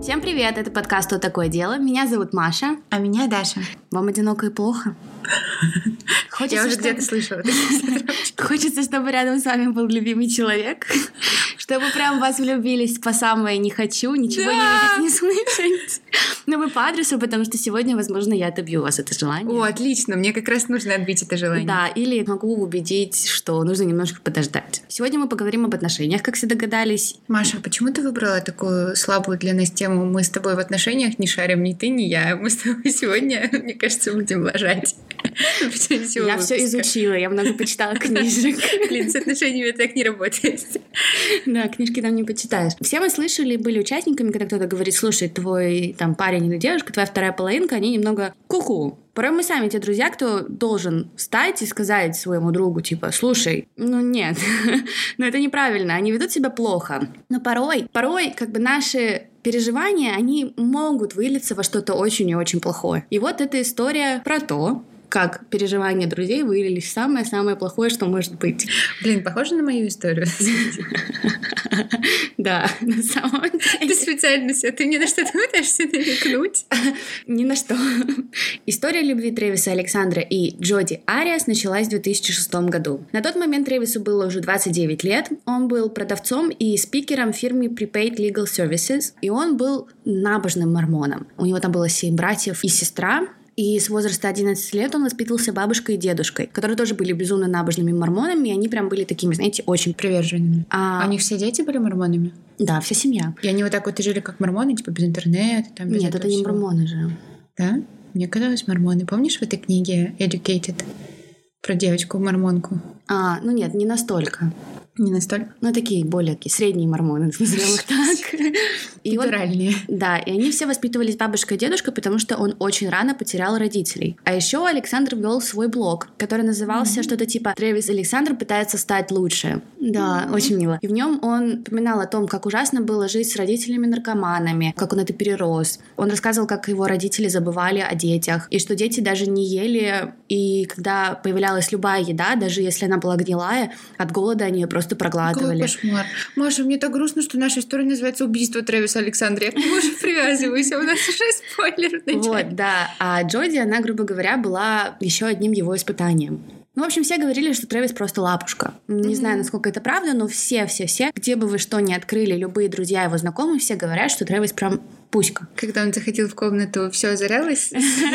Всем привет, это подкаст «Что такое дело?». Меня зовут Маша. А меня Даша. Вам одиноко и плохо? Я уже где-то слышала. Хочется, чтобы рядом с вами был любимый человек, чтобы прям вас влюбились по самое «не хочу», ничего не видеть, не слышать. Но вы по адресу, потому что сегодня, возможно, я отобью у вас это желание. О, отлично, мне как раз нужно отбить это желание. Да, или могу убедить, что нужно немножко подождать. Сегодня мы поговорим об отношениях, как все догадались. Маша, почему ты выбрала такую слабую для нас тему? Мы с тобой в отношениях не шарим, ни ты, ни я. Мы с тобой сегодня, мне кажется, будем лажать. Я все изучила, я много почитала книжек. Блин, с отношениями так не работает. Да, книжки там не почитаешь. Все мы слышали, были участниками, когда кто-то говорит: слушай, твой там парень или девушка, твоя вторая половинка, они немного ку-ку. Порой мы сами те друзья, кто должен встать и сказать своему другу, типа: слушай, ну нет, но это неправильно, они ведут себя плохо. Но порой как бы наши переживания, они могут вылиться во что-то очень и очень плохое. И вот эта история про то, как переживания друзей вылились в самое-самое плохое, что может быть. Блин, похоже на мою историю. Да, на самом деле. Ты специально все, ты мне на что-то пытаешься намекнуть? Ни на что. История любви Трэвиса Александра и Джоди Ариас началась в 2006 году. На тот момент Трэвису было уже 29 лет. Он был продавцом и спикером в фирме Prepaid Legal Services, и он был набожным мормоном. У него там было 7 братьев и сестра. И с возраста 11 лет он воспитывался бабушкой и дедушкой, которые тоже были безумно набожными мормонами, и они прям были такими, знаете, очень приверженными. А у них все дети были мормонами? Да, вся семья. И они вот так вот и жили как мормоны, типа без интернета? Там, без Нет, это не мормоны же. Да? Мне казалось, мормоны. Помнишь в этой книге «Educated» про девочку-мормонку? Ну нет, не настолько. Не настолько? Ну, такие более средние мормоны, назовем их так. Натуральные. Да, и они все воспитывались бабушкой и дедушкой, потому что он очень рано потерял родителей. А еще Александр вел свой блог, который назывался что-то типа «Трэвис Александр пытается стать лучше». Да, очень мило. И в нем он упоминал о том, как ужасно было жить с родителями-наркоманами, как он это перерос. Он рассказывал, как его родители забывали о детях, и что дети даже не ели, и когда появлялась любая еда, даже если она была гнилая, от голода они ее просто проглатывали. Какой кошмар. Маша, мне так грустно, что наша история называется «Убийство Трэвиса Александра». Я к нему уже привязываюсь, а у нас уже спойлер в начале. Вот, да. А Джоди, она, грубо говоря, была еще одним его испытанием. Ну, в общем, все говорили, что Трэвис просто лапушка. Не знаю, насколько это правда, но все, где бы вы что ни открыли, любые друзья его знакомые, все говорят, что Трэвис прям пуська. Когда он заходил в комнату, все озарялось?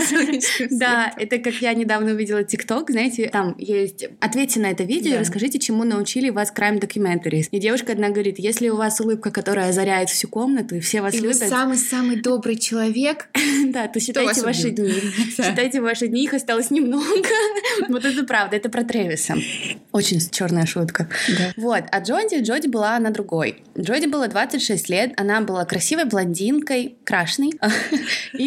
Да, это как я недавно увидела ТикТок, знаете, там есть: ответьте на это видео и расскажите, чему научили вас Crime Documentaries. И девушка одна говорит: если у вас улыбка, которая озаряет всю комнату, и все вас любят... И вы самый-самый добрый человек, да, то считайте ваши дни. Считайте ваши дни, их осталось немного. Вот это правда, это про Трэвиса. Очень черная шутка. Вот, а Джоди была она другой. Джоди было 26 лет, она была красивой блондинкой, крашеной и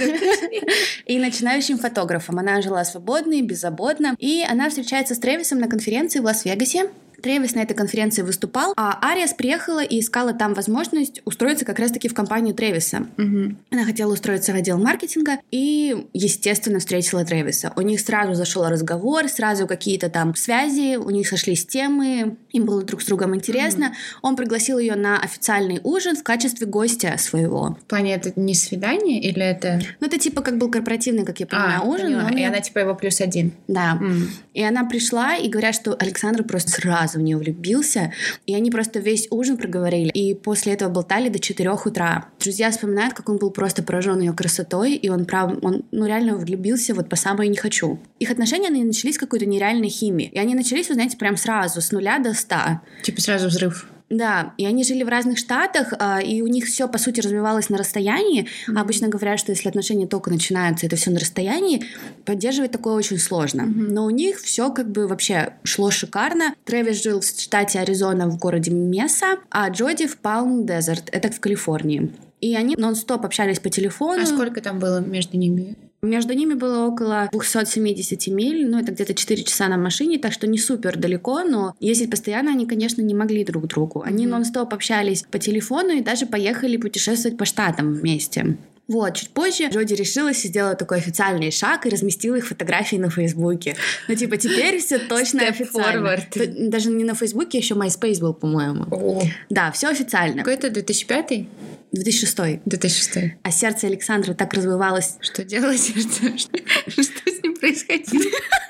начинающим фотографом. Она жила свободно и беззаботно, и она встречается с Трэвисом на конференции в Лас-Вегасе. Трэвис на этой конференции выступал, а Ариас приехала и искала там возможность устроиться как раз-таки в компанию Трэвиса. Она хотела устроиться в отдел маркетинга и, естественно, встретила Трэвиса. У них сразу зашел разговор, сразу какие-то там связи, у них сошлись темы, им было друг с другом интересно. Он пригласил ее на официальный ужин в качестве гостя своего. В плане, это не свидание или это... Ну, это типа как был корпоративный, как я понимаю, ужин. И она типа его +1. Да. И она пришла, и говорят, что Александр просто сразу в нее влюбился, и они просто весь ужин проговорили, и после этого болтали до 4 утра. Друзья вспоминают, как он был просто поражен ее красотой, и он реально влюбился вот по самое не хочу. Их отношения, они начались с какой-то нереальной химии, и они начались, вы знаете, прям сразу, с 0 до 100. Типа сразу взрыв. Да, и они жили в разных штатах, и у них все по сути развивалось на расстоянии. Обычно говорят, что если отношения только начинаются, это все на расстоянии, поддерживать такое очень сложно. Но у них все как бы вообще шло шикарно. Трэвис жил в штате Аризона в городе Меса, а Джоди в Палм-Дезерт, это в Калифорнии. И они нон-стоп общались по телефону. А сколько там было между ними? Между ними было около 270 миль, это где-то 4 часа на машине, так что не супер далеко, но ездить постоянно они, конечно, не могли друг к другу. Они нон-стоп общались по телефону и даже поехали путешествовать по штатам вместе. Вот, чуть позже Джоди решилась и сделала такой официальный шаг и разместила их фотографии на Фейсбуке. Теперь все точно официально. Даже не на Фейсбуке, еще MySpace был, по-моему. Да, все официально. Какой это 2005? 2006. 2006. А сердце Александра так развивалось. Что делало сердце? Что с ним происходило?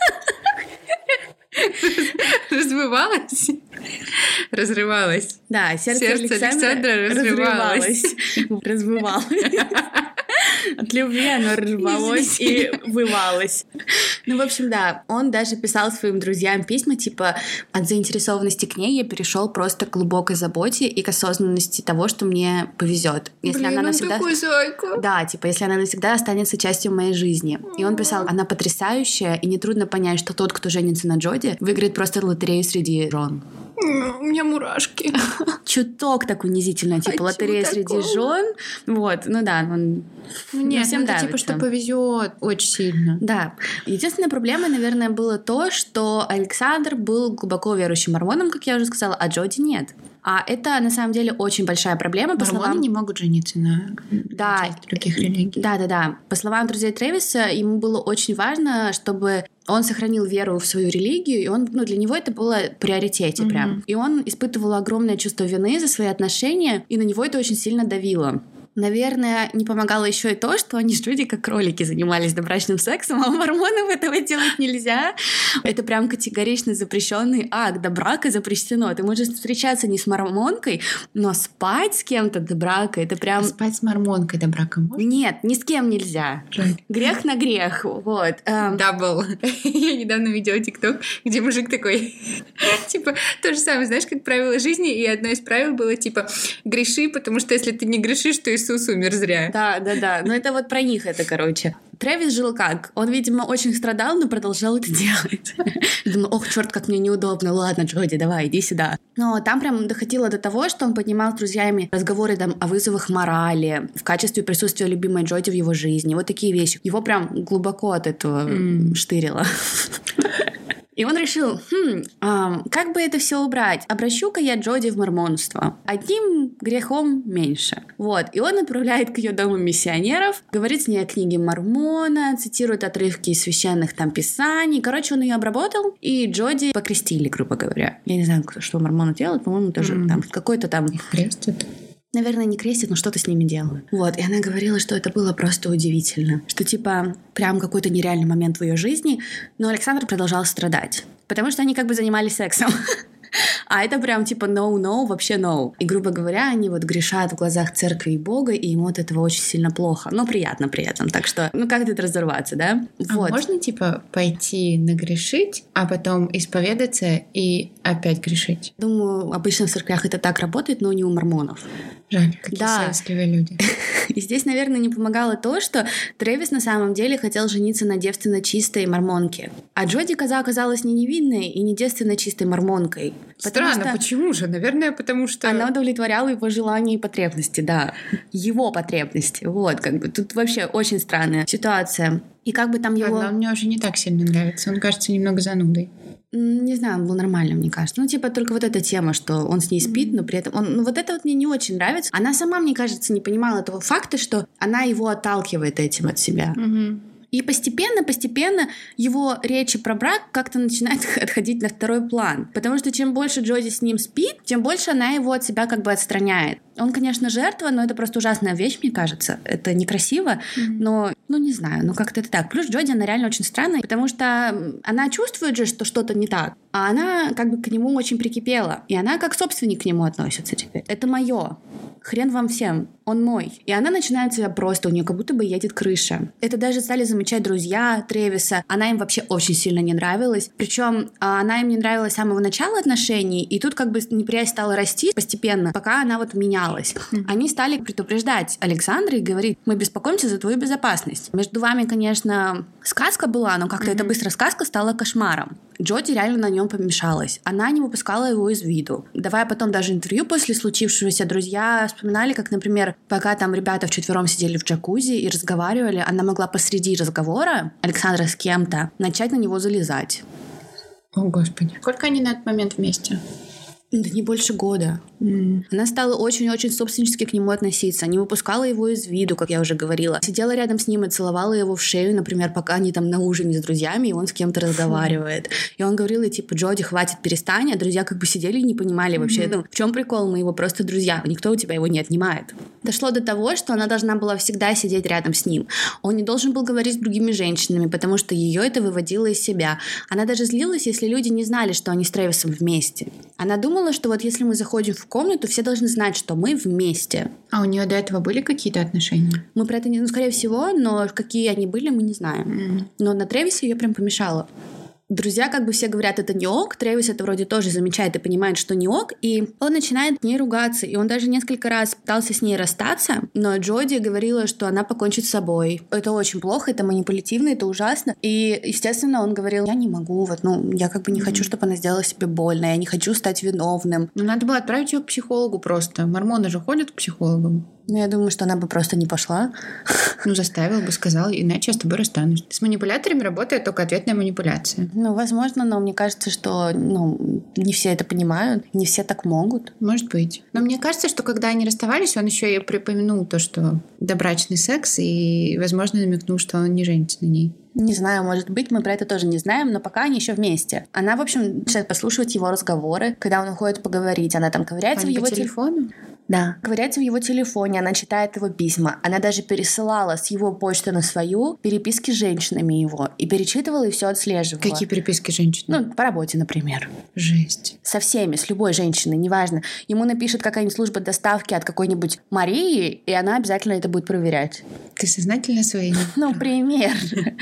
Развивалось? Разрывалось. Да, сердце Александра разрывалось. Развивалось. От любви оно рвалось и вывалось. Ну, в общем, да, он даже писал своим друзьям письма, типа, от заинтересованности к ней я перешел просто к глубокой заботе и к осознанности того, что мне повезет. Если она навсегда... такой зайка. Да, типа, если она навсегда останется частью моей жизни. И он писал, она потрясающая, и нетрудно понять, что тот, кто женится на Джоди, выиграет просто лотерею среди жен. У меня мурашки. Чуток так унизительно, типа лотерея среди жен. Вот, ну да, он Нет, всем это нравится. типа, что повезет очень сильно. Да. Единственная проблема, наверное, было то, что Александр был глубоко верующим мормоном, как я уже сказала, а Джоди нет. А это, на самом деле, очень большая проблема. Мормоны не могут жениться на других религий. Да. По словам друзей Трэвиса, ему было очень важно, чтобы он сохранил веру в свою религию, и он, для него это было в приоритете прям. И он испытывал огромное чувство вины за свои отношения, и на него это очень сильно давило. Наверное, не помогало еще и то, что они с Джоди как кролики занимались добрачным сексом, а у мормонов этого делать нельзя. Это прям категорично запрещенный акт. До брака запрещено. Ты можешь встречаться не с мормонкой, но спать с кем-то до брака — это прям... Спать с мормонкой до брака можно? Нет, ни с кем нельзя. Жаль. Грех на грех. Вот. Дабл. Я недавно видела ТикТок, где мужик такой, типа, то же самое, знаешь, как правило жизни, и одно из правил было, типа, греши, потому что если ты не грешишь, то Иисус умер зря. Да. Но это вот про них это, короче. Трэвис жил как? Он, видимо, очень страдал, но продолжал это делать. Думаю, ох, черт, как мне неудобно. Ладно, Джоди, давай, иди сюда. Но там прям доходило до того, что он поднимал с друзьями разговоры там о вызовах морали в качестве присутствия любимой Джоди в его жизни. Вот такие вещи. Его прям глубоко от этого штырило. И он решил, как бы это все убрать? Обращу-ка я Джоди в мормонство. Одним грехом меньше. Вот. И он отправляет к ее дому миссионеров, говорит с ней о книге Мормона, цитирует отрывки из священных там писаний. Короче, он ее обработал, и Джоди покрестили, грубо говоря. Я не знаю, что мормоны делают, по-моему, тоже там какой-то там... Крестят. Наверное, не крестят, но что-то с ними делают. Вот, и она говорила, что это было просто удивительно. Что, типа, прям какой-то нереальный момент в ее жизни, но Александр продолжал страдать. Потому что они как бы занимались сексом. А это прям типа no, вообще no. И, грубо говоря, они вот грешат в глазах церкви и Бога, и ему от этого очень сильно плохо. Но приятно при этом. Так что, как тут разорваться, да? Вот. А можно, типа, пойти нагрешить, а потом исповедаться и опять грешить? Думаю, обычно в церквях это так работает, но не у мормонов. Жаль, какие совестливые люди. И здесь, наверное, не помогало то, что Трэвис на самом деле хотел жениться на девственно чистой мормонке. А Джоди оказалась не невинной и не девственно чистой мормонкой. Странно, почему же? Наверное, потому что... Она удовлетворяла его желания и потребности, да. Его потребности. Вот, как бы тут вообще очень странная ситуация. И как бы там его... Ладно, он мне уже не так сильно нравится. Он кажется немного занудой. Не знаю, он был нормальным, мне кажется. Только вот эта тема, что он с ней спит, но при этом... вот это вот мне не очень нравится. Она сама, мне кажется, не понимала этого факта, что она его отталкивает этим от себя. И постепенно его речи про брак как-то начинают отходить на второй план. Потому что чем больше Джоди с ним спит, тем больше она его от себя как бы отстраняет. Он, конечно, жертва, но это просто ужасная вещь, мне кажется. Это некрасиво, но, не знаю, как-то это так. Плюс Джоди, она реально очень странная, потому что она чувствует же, что что-то не так, а она как бы к нему очень прикипела. И она как собственник к нему относится теперь. Это мое. Хрен вам всем, он мой. И она начинает себя просто, у нее как будто бы едет крыша. Это даже стали замечать друзья Трэвиса. Она им вообще очень сильно не нравилась. Причем она им не нравилась с самого начала отношений, и тут как бы неприязнь стала расти постепенно, пока она вот менялась. Они стали предупреждать Александра и говорить, мы беспокоимся за твою безопасность. Между вами, конечно, сказка была, но как-то эта быстро сказка стала кошмаром. Джоди реально на нем помешалась. Она не выпускала его из виду. Давая потом даже интервью после случившегося, друзья вспоминали, как, например, пока там ребята вчетвером сидели в джакузи и разговаривали, она могла посреди разговора Александра с кем-то начать на него залезать. О, Господи. Сколько они на этот момент вместе? Да не больше года. Она стала очень-очень собственнически к нему относиться. Не выпускала его из виду, как я уже говорила. Сидела рядом с ним и целовала его в шею, например, пока они там на ужине с друзьями, и он с кем-то разговаривает. И он говорил ей, типа, Джоди, хватит, перестань. А друзья как бы сидели и не понимали вообще, ну, в чем прикол, мы его просто друзья, никто у тебя его не отнимает. Дошло до того, что она должна была всегда сидеть рядом с ним. Он не должен был говорить с другими женщинами, потому что ее это выводило из себя. Она даже злилась, если люди не знали, что они с Трэвисом вместе. Она думала, что вот если мы заходим в комнату, все должны знать, что мы вместе. А у нее до этого были какие-то отношения? Мы про это не... Ну, скорее всего, но какие они были, мы не знаем. Но на Трэвисе ее прям помешало. Друзья как бы все говорят, это не ок. Трэвис это вроде тоже замечает и понимает, что не ок. И он начинает к ней ругаться. И он даже несколько раз пытался с ней расстаться. Но Джоди говорила, что она покончит с собой. Это очень плохо, это манипулятивно, это ужасно. И, естественно, он говорил, я не могу, вот, ну, я как бы не хочу, чтобы она сделала себе больно. Я не хочу стать виновным. Ну, надо было отправить ее к психологу просто. Мормоны же ходят к психологам. Ну, я думаю, что она бы просто не пошла. Ну, заставила бы, сказала, иначе я с тобой расстанусь. С манипуляторами работает только ответная манипуляция. Ну, возможно, но мне кажется, что, ну, не все это понимают, не все так могут. Может быть. Но мне кажется, что когда они расставались, он еще и припомянул то, что добрачный секс, и, возможно, намекнул, что он не женится на ней. Не знаю, может быть, мы про это тоже не знаем, но пока они еще вместе. Она, в общем, начинает послушивать его разговоры, когда он уходит поговорить. Она там ковыряется в его телефону. Да, ковыряется в его телефоне, она читает его письма. Она даже пересылала с его почты на свою переписки с женщинами его. И перечитывала, и все отслеживала. Какие переписки женщин? Ну, по работе, например. Жесть. Со всеми, с любой женщиной, неважно. Ему напишет какая-нибудь служба доставки от какой-нибудь Марии, и она обязательно это будет проверять. Ты сознательно своими? Ну, пример.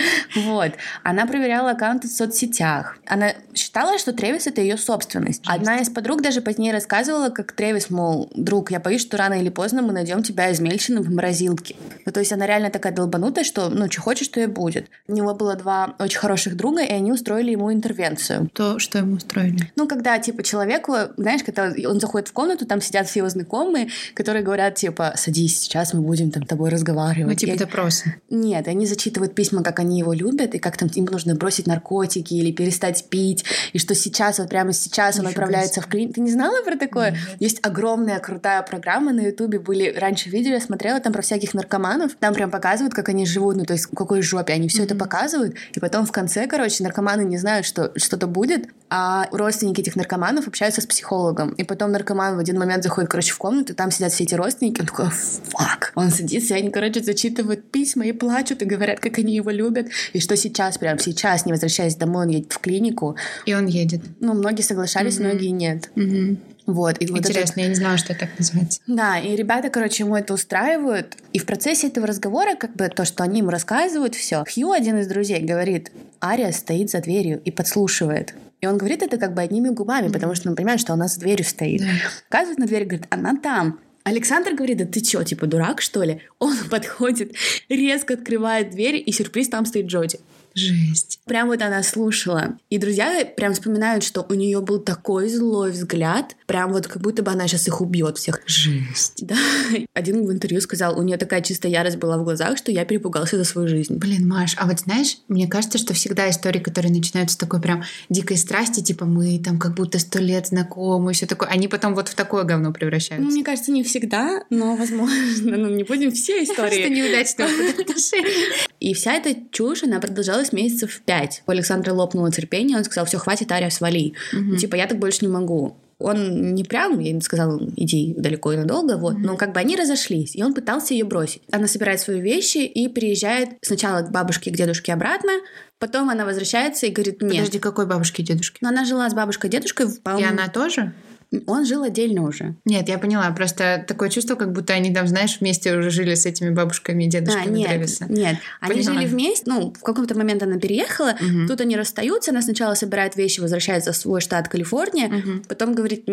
Вот. Она проверяла аккаунты в соцсетях. Она считала, что Трэвис — это ее собственность. Одна из подруг даже позднее рассказывала, как Трэвис, мол, друг, я боюсь, что рано или поздно мы найдем тебя измельченным в морозилке. Ну, то есть она реально такая долбанутая, что, ну, что хочешь, то и будет. У него было 2 очень хороших друга, и они устроили ему интервенцию. То, что ему устроили? Ну, когда, типа, человеку, знаешь, когда он заходит в комнату, там сидят все его знакомые, которые говорят, типа, садись, сейчас мы будем там с тобой разговаривать. Ну, типа допросы. Нет, они зачитывают письма, как они его любят, и как там им нужно бросить наркотики или перестать пить, и что сейчас, вот прямо сейчас он отправляется в клинику. Ты не знала про такое? Нет. Есть огромная крутая программа на Ютубе, были раньше видео, я смотрела там про всяких наркоманов, там прям показывают, как они живут, ну то есть в какой жопе, они все это показывают, и потом в конце, короче, наркоманы не знают, что что-то будет, а родственники этих наркоманов общаются с психологом, и потом наркоман в один момент заходит, короче, в комнату, и там сидят все эти родственники, он такой, фак, он садится, и они, короче, зачитывают письма и плачут, и говорят, как они его любят, и что сейчас, прям сейчас, не возвращаясь домой, он едет в клинику. И он едет. Ну, многие соглашались, многие нет. Вот, и интересно, я не знала, что так называется. Да, и ребята, короче, ему это устраивают. И в процессе этого разговора, как бы то, что они ему рассказывают, все. Хью, один из друзей, говорит, Ария стоит за дверью и подслушивает. И он говорит это как бы одними губами, потому что он понимает, что она за дверью стоит. Показывает на дверь, говорит, она там. Александр говорит, да ты чё, типа дурак, что ли? Он подходит, резко открывает дверь, и сюрприз, там стоит Джоди. Жесть. Прям вот она слушала. И друзья прям вспоминают, что у нее был такой злой взгляд, прям вот как будто бы она сейчас их убьет всех. Жесть. Да. Один в интервью сказал, у нее такая чистая ярость была в глазах, что я перепугался за свою жизнь. Блин, Маш, а вот знаешь, мне кажется, что всегда истории, которые начинаются с такой прям дикой страсти, типа мы там как будто 100 лет знакомы, все такое, они потом вот в такое говно превращаются. Ну, мне кажется, не всегда, но возможно. Ну, не будем все истории. Просто неудачного отношения. И вся эта чушь, она продолжалась месяцев 5. У Александра лопнуло терпение, он сказал, все, хватит, Ария, свали. Типа, я так больше не могу. Он не прям, я ему сказала, иди далеко и надолго, вот. Но как бы они разошлись, и он пытался ее бросить. Она собирает свои вещи и приезжает сначала к бабушке, к дедушке обратно, потом она возвращается и говорит, нет. Подожди, какой бабушке и дедушке? Но она жила с бабушкой и дедушкой. И она тоже? Он жил отдельно уже. Нет, я поняла. Просто такое чувство, как будто они там, знаешь, вместе уже жили с этими бабушками и дедушками Трэвиса. Нет, они жили вместе. Ну, в какой-то момент она переехала. Тут они расстаются. Она сначала собирает вещи, возвращается в свой штат Калифорния. Потом говорит,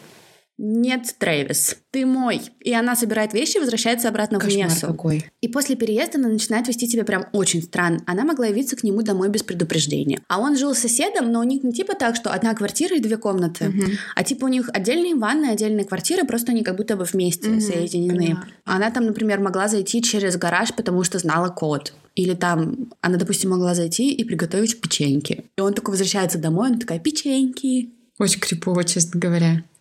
нет, Трэвис, ты мой. И она собирает вещи и возвращается обратно в Мессу. Какой. И после переезда она начинает вести себя прям очень странно. Она могла явиться к нему домой без предупреждения. А он жил с соседом, но у них не типа так, что одна квартира и 2 комнаты. А типа у них отдельные ванны, отдельные квартиры, просто они как будто бы вместе соединены. Она там, например, могла зайти через гараж, потому что знала код. Или там она, допустим, могла зайти и приготовить печеньки. И он такой возвращается домой, он такая, печеньки. Очень крипово, честно говоря.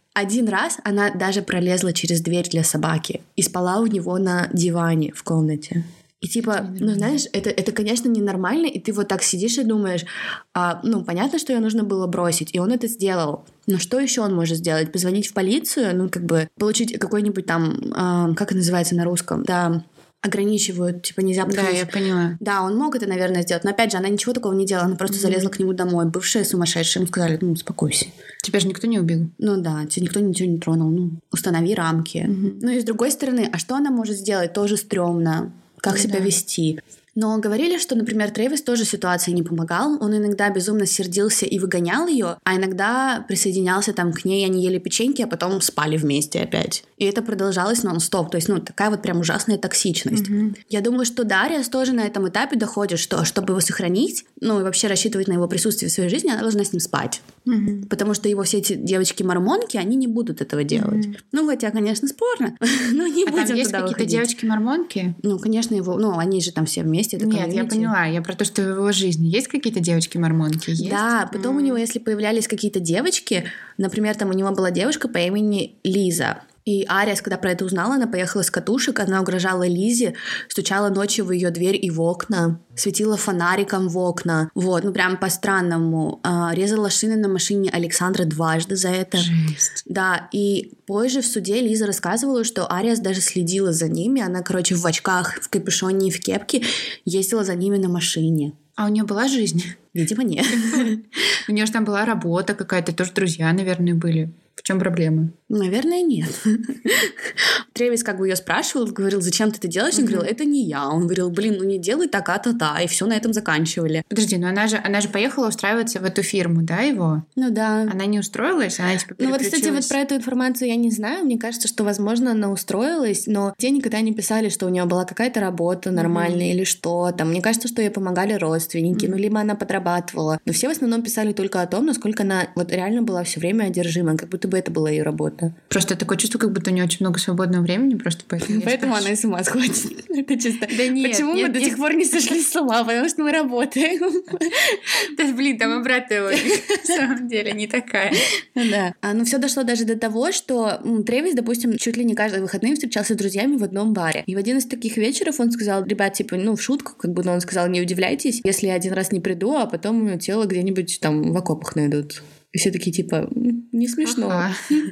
Один раз она даже пролезла через дверь для собаки и спала у него на диване в комнате. И типа, ну знаешь, это, конечно, ненормально, и ты вот так сидишь и думаешь, ну, понятно, что ее нужно было бросить, и он это сделал. Но что еще он может сделать? Позвонить в полицию, ну, как бы, получить какой-нибудь там, как это называется на русском? Да, ограничивают, типа, нельзя подходить. Да, я поняла. Да, он мог это, наверное, сделать, но, опять же, она ничего такого не делала, она просто залезла к нему домой. Бывшие сумасшедшие ему сказали, ну, успокойся. Тебя же никто не убил. Ну да, тебе никто ничего не тронул, ну, установи рамки. Ну и с другой стороны, а что она может сделать? Тоже стрёмно. Как себя вести? Но говорили, что, например, Трэвис тоже ситуации не помогал. Он иногда безумно сердился и выгонял ее, а иногда присоединялся там к ней, они ели печеньки, а потом спали вместе опять. И это продолжалось нон-стоп. То есть, ну, такая вот прям ужасная токсичность. Я думаю, что Дариас тоже на этом этапе доходит, что, чтобы его сохранить, ну, и вообще рассчитывать на его присутствие в своей жизни, она должна с ним спать. Потому что его все эти девочки-мормонки, они не будут этого делать. Ну, хотя, конечно, спорно, но не будем там есть туда какие-то выходить. девочки-мормонки? Ну, конечно, его... Ну, они же там все вместе. это Нет, я комьюнити. поняла. Я про то, что в его жизни есть какие-то девочки-мормонки? Есть? Да, потом у него, если появлялись какие-то девочки, например, там у него была девушка по имени Лиза. И Ариас, когда про это узнала, она поехала с катушек, она угрожала Лизе, стучала ночью в ее дверь и в окна, светила фонариком в окна, вот, ну прям по-странному, резала шины на машине Александра дважды за это. Жесть. Да, и позже в суде Лиза рассказывала, что Ариас даже следила за ними, она, короче, в очках, в капюшоне и в кепке ездила за ними на машине. А у нее была жизнь? Видимо, нет. У нее же там была работа какая-то, тоже друзья, наверное, были. В чем проблема? Наверное, нет. Трэвис как бы ее спрашивал, говорил, зачем ты это делаешь? Он говорил, это не я. Он говорил, блин, ну не делай так, а-та-та. И все на этом заканчивали. Подожди, но она же поехала устраиваться в эту фирму, да, его? Ну да. Она не устроилась? Она типа Ну вот, кстати, вот про эту информацию я не знаю. Мне кажется, что, возможно, она устроилась, но те никогда не писали, что у нее была какая-то работа нормальная или что там. Мне кажется, что ей помогали родственники, ну либо она подрабатывала. Но все в основном писали только о том, насколько она вот реально была все время одержима, как будто бы это была ее работа. Просто такое чувство, как будто у нее очень много свободного времени, просто поэтому. Поэтому она и с ума сходит. Это чисто. Да нет. Почему мы до сих пор не сошли с ума? Потому что мы работаем. Да, блин, там обратная логика, на самом деле, не такая. Да. Ну, все дошло даже до того, что Трэвис, допустим, чуть ли не каждые выходные встречался с друзьями в одном баре. И в один из таких вечеров он сказал, ребят, типа, ну, в шутку, как бы, но он сказал, не удивляйтесь, если я один раз не приду, а потом мое тело где-нибудь там в окопах найдут. И все такие, типа, не смешно.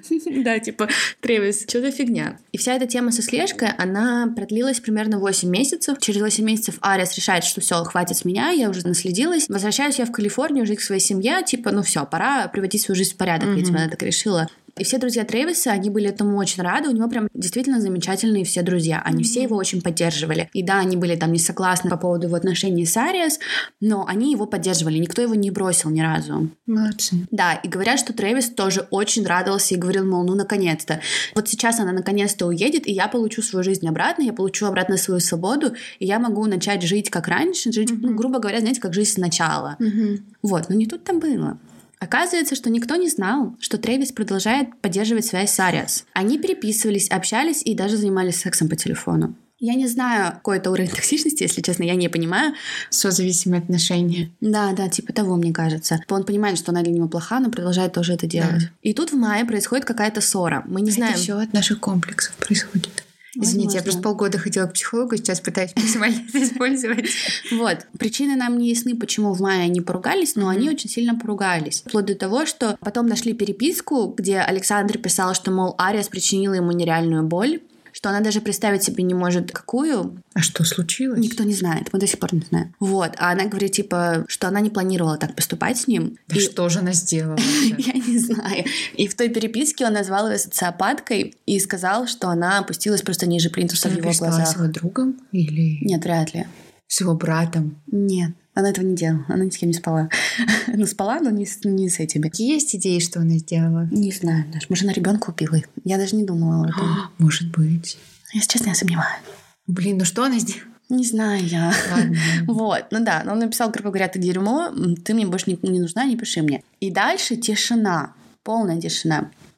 Да, типа, Трэвис, что за фигня? И вся эта тема со слежкой, она продлилась примерно 8 месяцев. Через 8 месяцев Ариас решает, что все, хватит с меня, я уже наследилась. Возвращаюсь я в Калифорнию жить к своей семье, типа, ну все, пора приводить свою жизнь в порядок, видимо, она так решила. И все друзья Трэвиса, они были этому очень рады. У него прям действительно замечательные все друзья. Они все его очень поддерживали. И да, они были там не согласны по поводу его отношений с Ариас, но они его поддерживали. Никто его не бросил ни разу. Молодцы. Да, и говорят, что Трэвис тоже очень радовался и говорил, мол, ну наконец-то. Вот сейчас она наконец-то уедет, и я получу свою жизнь обратно, я получу обратно свою свободу, и я могу начать жить как раньше, жить, ну, грубо говоря, знаете, как жизнь сначала. Вот, но не тут-то было. Оказывается, что никто не знал, что Трэвис продолжает поддерживать связь с Ариас. Они переписывались, общались и даже занимались сексом по телефону. Я не знаю, какой это уровень токсичности, если честно, я не понимаю. Созависимые отношения. Да, типа того, мне кажется. Он понимает, что она для него плоха, но продолжает тоже это делать. Да. И тут в мае происходит какая-то ссора. Мы не знаем. Это все от наших комплексов происходит. Извините, я просто полгода ходила к психологу, сейчас пытаюсь максимально это использовать. Вот. Причины нам не ясны, почему в мае они поругались, но они очень сильно поругались. Вплоть до того, что потом нашли переписку, где Александр писал, что, мол, Ариас причинила ему нереальную боль, что она даже представить себе не может, какую. А что случилось? Никто не знает, мы до сих пор не знаем. Вот, а она говорит, типа, что она не планировала так поступать с ним. Да и что же она сделала? Я не знаю. И в той переписке он назвал ее социопаткой и сказал, что она опустилась просто ниже плинтуса в его глазах. С его другом? Или... Нет, вряд ли. С его братом? Нет. Она этого не делала, она ни с кем не спала. Ну, спала, но не с этими. Есть идеи, что она сделала? Не знаю даже. Может, она ребенка убила. Я даже не думала об этом. Может быть. Если честно, я сомневаюсь. Блин, ну что она сделала? Не знаю я. Вот, ну да. Но он написал, грубо говоря, ты дерьмо, ты мне больше не нужна, не пиши мне. И дальше тишина. Полная тишина.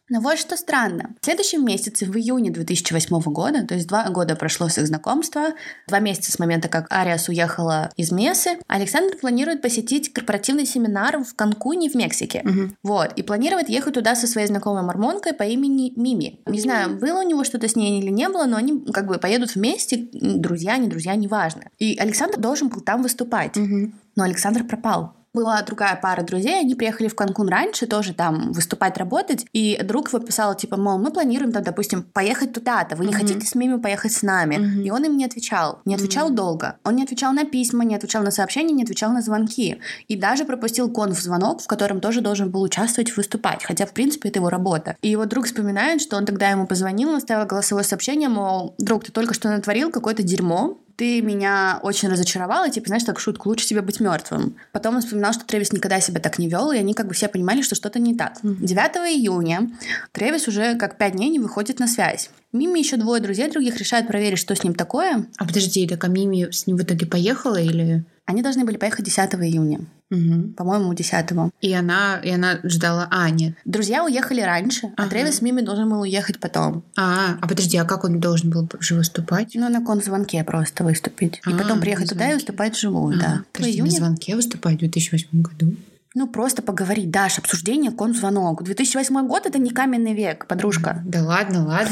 Но вот что странно. В следующем месяце, в июне 2008 года, то есть 2 года прошло с их знакомства, 2 месяца с момента, как Ариас уехала из Месы, Александр планирует посетить корпоративный семинар в Канкуне в Мексике. Вот. И планирует ехать туда со своей знакомой мормонкой по имени Мими. Не знаю, было у него что-то с ней или не было, но они как бы поедут вместе, друзья, неважно. И Александр должен был там выступать. Но Александр пропал. Была другая пара друзей, они приехали в Канкун раньше, тоже там выступать, работать, и друг его писал, типа, мол, мы планируем там, допустим, поехать туда-то, вы не хотите с Мими поехать с нами? И он им не отвечал долго. Он не отвечал на письма, не отвечал на сообщения, не отвечал на звонки. И даже пропустил конф-звонок, в котором тоже должен был участвовать, выступать, хотя, в принципе, это его работа. И его друг вспоминает, что он тогда ему позвонил, оставил голосовое сообщение, мол, друг, ты только что натворил какое-то дерьмо, ты меня очень разочаровала, типа, знаешь, так шутку, лучше тебе быть мертвым. Потом он вспоминал, что Трэвис никогда себя так не вел, и они как бы все понимали, что что-то не так. 9 июня Трэвис уже как 5 дней не выходит на связь. Мими и еще 2 друзей других решают проверить, что с ним такое. А подожди, так а Мими с ним в итоге поехала или... Они должны были поехать 10 июня. По-моему, 10-го. И она ждала... нет. Друзья уехали раньше, а Трэвис с Мими должен был уехать потом. А подожди, а как он должен был же выступать? Ну, на конзвонке просто выступить. И потом приехать туда и выступать вживую, да. Подожди, на звонке выступать в 2008 году? Ну, просто поговорить. Даш, обсуждение, конзвонок. 2008 год — это не каменный век, подружка. Да ладно.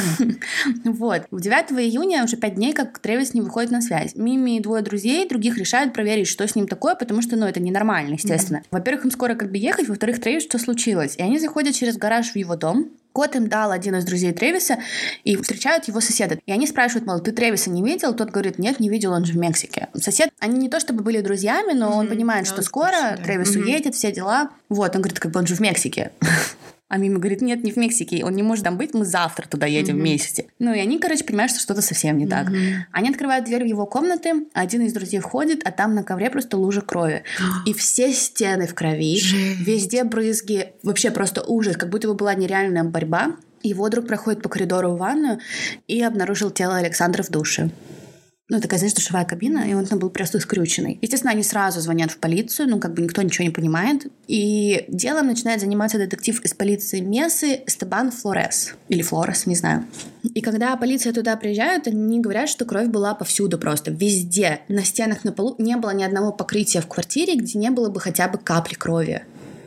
Вот. 9 июня уже 5 дней, как Трэвис не выходит на связь. Мими и 2 друзей других решают проверить, что с ним такое, потому что, это ненормально, естественно. Во-первых, им скоро как бы ехать, во-вторых, Трэвис, что случилось. И они заходят через гараж в его дом. Код им дал один из друзей Трэвиса, и встречают его соседа. И они спрашивают, мол, ты Трэвиса не видел? Тот говорит, нет, не видел, он же в Мексике. Сосед, они не то чтобы были друзьями, но он понимает, что скоро Трэвис уедет, все дела. Вот, он говорит, как бы он же в Мексике. А Мими говорит, нет, не в Мексике, он не может там быть, мы завтра туда едем вместе. Ну, и они, понимают, что что-то совсем не так. Они открывают дверь в его комнаты, один из друзей входит, а там на ковре просто лужа крови. И все стены в крови, везде брызги, вообще просто ужас, как будто бы была нереальная борьба. Его друг проходит по коридору в ванную и обнаружил тело Александра в душе. Ну, такая, знаешь, душевая кабина, и он там был просто скрюченный. Естественно, они сразу звонят в полицию, как бы никто ничего не понимает. И делом начинает заниматься детектив из полиции Месы Эстебан Флорес. Или Флорес, не знаю. И когда полиция туда приезжает, они говорят, что кровь была повсюду просто, везде. На стенах, на полу не было ни одного покрытия в квартире, где не было бы хотя бы капли крови.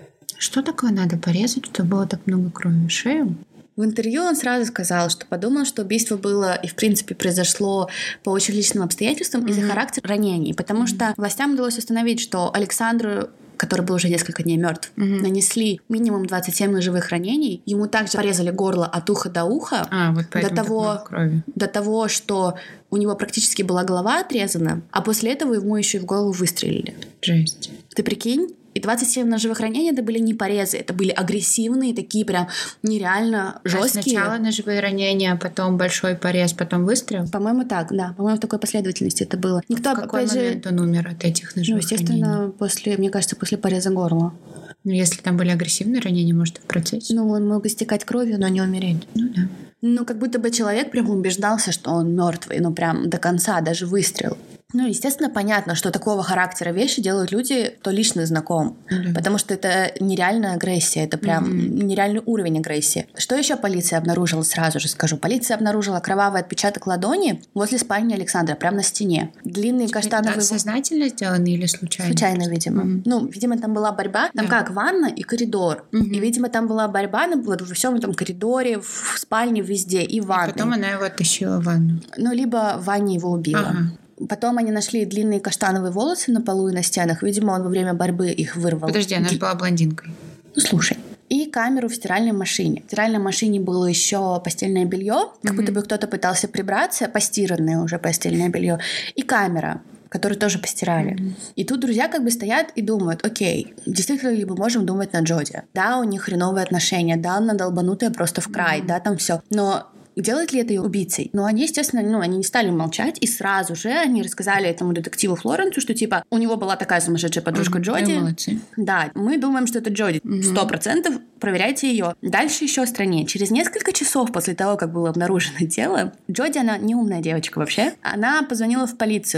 Что такое надо порезать, чтобы было так много крови? Шею? В интервью он сразу сказал, что подумал, что убийство было и, в принципе, произошло по очень личным обстоятельствам из-за характера ранений. Потому что властям удалось установить, что Александру, который был уже несколько дней мертв, нанесли минимум 27 ножевых ранений. Ему также порезали горло от уха до уха. До того, что у него практически была голова отрезана, а после этого ему еще и в голову выстрелили. Жесть. Ты прикинь? И 27 ножевых ранений — это были не порезы, это были агрессивные, такие прям нереально жесткие. Сначала ножевые ранения, потом большой порез, потом выстрел? По-моему, так, да. По-моему, в такой последовательности это было. Никто, в какой момент он умер от этих ножевых ранений? Естественно, мне кажется, после пореза горла. Ну, если там были агрессивные ранения, может, в процессе? Ну, он мог истекать кровью, но не умереть. Ну, да. Ну, как будто бы человек прям убеждался, что он мертвый, прям до конца, даже выстрел. Ну, естественно, понятно, что такого характера вещи делают люди, кто лично знаком. Потому что это нереальная агрессия, это прям нереальный уровень агрессии. Что еще полиция обнаружила, сразу же скажу. Полиция обнаружила кровавый отпечаток ладони возле спальни Александра, прямо на стене. Длинные каштановые... Сознательно сделаны или случайно? Случайно, видимо. Ну, видимо, там была борьба. Там как, ванна и коридор. И, видимо, там была борьба вот во всем этом коридоре, в спальне, везде, и в ванной. И потом она его оттащила в ванну. Ну, либо в ванне его убила. Потом они нашли длинные каштановые волосы на полу и на стенах. Видимо, он во время борьбы их вырвал. Подожди, она же была блондинкой. Ну, слушай. И камеру в стиральной машине. В стиральной машине было еще постельное белье, как будто бы кто-то пытался прибраться, постиранное уже постельное белье. И камера, которую тоже постирали. И тут друзья как бы стоят и думают, окей, действительно ли мы можем думать на Джоди? Да, у них хреновые отношения, да, она долбанутая просто в край, да, там все. Но делает ли это ее убийцей? Но они, естественно, они не стали молчать, и сразу же они рассказали этому детективу Флоренсу, что типа у него была такая сумасшедшая подружка Джоди. Молодцы. Да, мы думаем, что это Джоди. 100%. Проверяйте ее. Дальше еще страннее. Через несколько часов после того, как было обнаружено тело, Джоди, она не умная девочка вообще, она позвонила в полицию.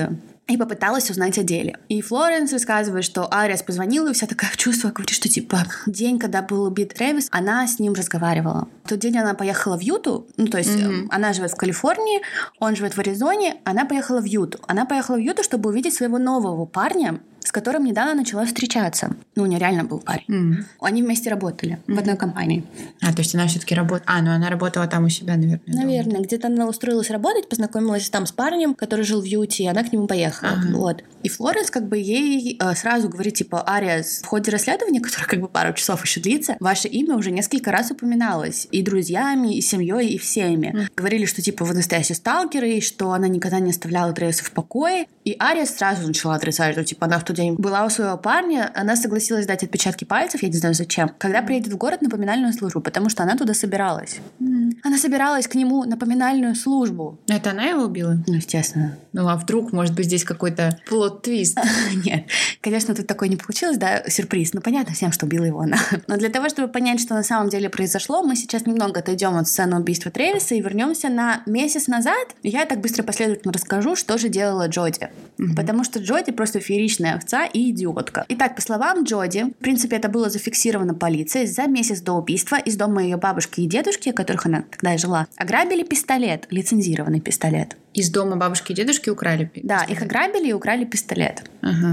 и попыталась узнать о деле. И Флоренс рассказывает, что Ариас позвонила, и вся такая в чувство, говорит, что типа день, когда был убит Трэвис, она с ним разговаривала. В тот день она поехала в Юту, ну то есть она живет в Калифорнии, он живет в Аризоне, она поехала в Юту. Она поехала в Юту, чтобы увидеть своего нового парня, с которым недавно начала встречаться. Ну, у нее реально был парень. Они вместе работали в одной компании. То есть она все-таки работала... ну она работала там у себя, наверное. Наверное. Где-то она устроилась работать, познакомилась там с парнем, который жил в Юте, и она к нему поехала. Вот. И Флоренс как бы ей сразу говорит, типа, Ариас, в ходе расследования, которое как бы пару часов еще длится, ваше имя уже несколько раз упоминалось. И друзьями, и семьей, и всеми. Говорили, что типа вы настоящие сталкеры, и что она никогда не оставляла Трэвиса в покое. И Ариас сразу начала отрицать, что типа она в тот день была у своего парня, она согласилась дать отпечатки пальцев, я не знаю зачем, когда приедет в город на поминальную службу, потому что она туда собиралась. Она собиралась к нему на поминальную службу. Это она его убила? Ну, естественно. Ну, а вдруг, может быть, здесь какой-то плот-твист? Нет. Конечно, тут такое не получилось, да, сюрприз. Ну, понятно всем, что убила его она. Но для того, чтобы понять, что на самом деле произошло, мы сейчас немного отойдем от сцены убийства Трэвиса и вернемся на месяц назад. Я так быстро последовательно расскажу, что же делала Джоди. Потому что Джоди просто фееричная овца и идиотка. Итак, по словам Джоди, в принципе, это было зафиксировано полицией, за месяц до убийства из дома ее бабушки и дедушки, у которых она тогда и жила, ограбили пистолет, лицензированный пистолет. Из дома бабушки и дедушки украли пистолет? Да, их ограбили и украли пистолет.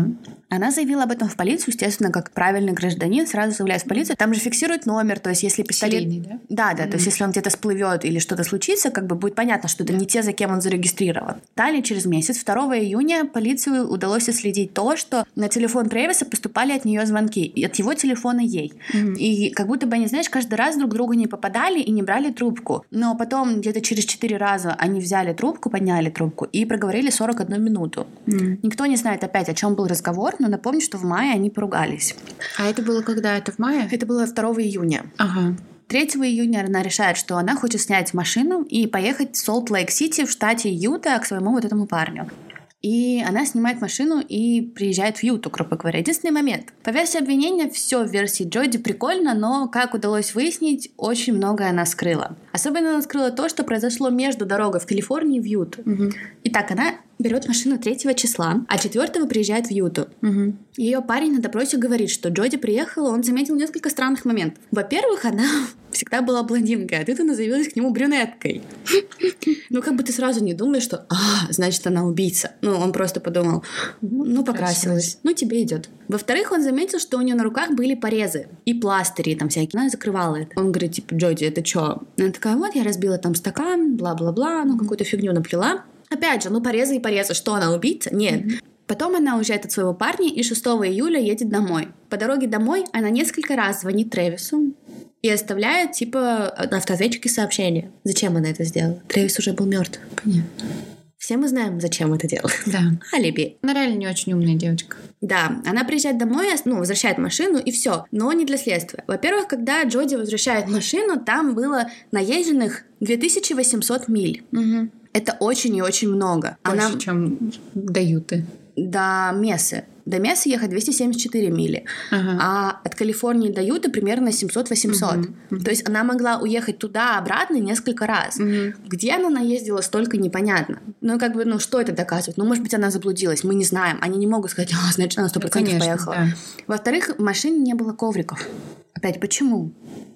Она заявила об этом в полицию, естественно, как правильный гражданин, сразу заявляет в полицию. Там же фиксируют номер, то есть если пистолет... Серийный, да? Да, то есть если он где-то всплывет или что-то случится, как бы будет понятно, что это не те, за кем он зарегистрирован. Далее, через месяц, 2 июня, полицию удалось отследить то, что на телефон Трэвиса поступали от нее звонки, и от его телефона ей. И как будто бы они, знаешь, каждый раз друг к другу не попадали и не брали трубку. Но потом где-то через 4 раза они взяли трубку, подняли трубку и проговорили 41 минуту. Никто не знает опять, о чем был разговор, но напомню, что в мае они поругались. А это было когда? Это в мае? Это было 2 июня. 3 июня она решает, что она хочет снять машину и поехать в Солт-Лейк-Сити в штате Юта к своему вот этому парню. И она снимает машину и приезжает в Юту, грубо говоря. Единственный момент. По версии обвинения, все в версии Джоди прикольно, но, как удалось выяснить, очень многое она скрыла. Особенно она скрыла то, что произошло между дорогой в Калифорнии и в Юту. Итак, она берет машину 3 числа, а 4 приезжает в Юту. Ее парень на допросе говорит, что Джоди приехала, он заметил несколько странных моментов. Во-первых, она всегда была блондинкой, а ты-то заявилась к нему брюнеткой. Ну, как бы ты сразу не думаешь, что, значит, она убийца. Ну, он просто подумал, ну, покрасилась. Ну, тебе идет. Во-вторых, он заметил, что у нее на руках были порезы и пластыри там всякие. Она закрывала это. Он говорит, типа, Джоди, это что? Она такая, вот, я разбила там стакан, бла-бла-бла, ну, какую-то фигню наплела. Опять же, ну, порезы и порезы. Что, она убийца? Нет. Потом она уезжает от своего парня и 6 июля едет домой. По дороге домой она несколько раз звонит Трэвису и оставляет, типа, на автоответчике сообщение. Зачем она это сделала? Трэвис уже был мертв. Понятно. Все мы знаем, зачем это делала. Да. Алиби. Она реально не очень умная девочка. Да, она приезжает домой, ну, возвращает машину и все, но не для следствия. Во-первых, когда Джоди возвращает машину, там было наезженных 2800 миль. Это очень и очень много. Больше, чем до Юты. До Месы. До Месы ехать 274 мили. А от Калифорнии до Юты примерно 700-800. То есть она могла уехать туда-обратно несколько раз. Где она наездила, столько непонятно. Ну, как бы, ну, что это доказывает? Ну, может быть, она заблудилась, мы не знаем. Они не могут сказать, значит, она 100% поехала. Да. Во-вторых, в машине не было ковриков. Опять, почему?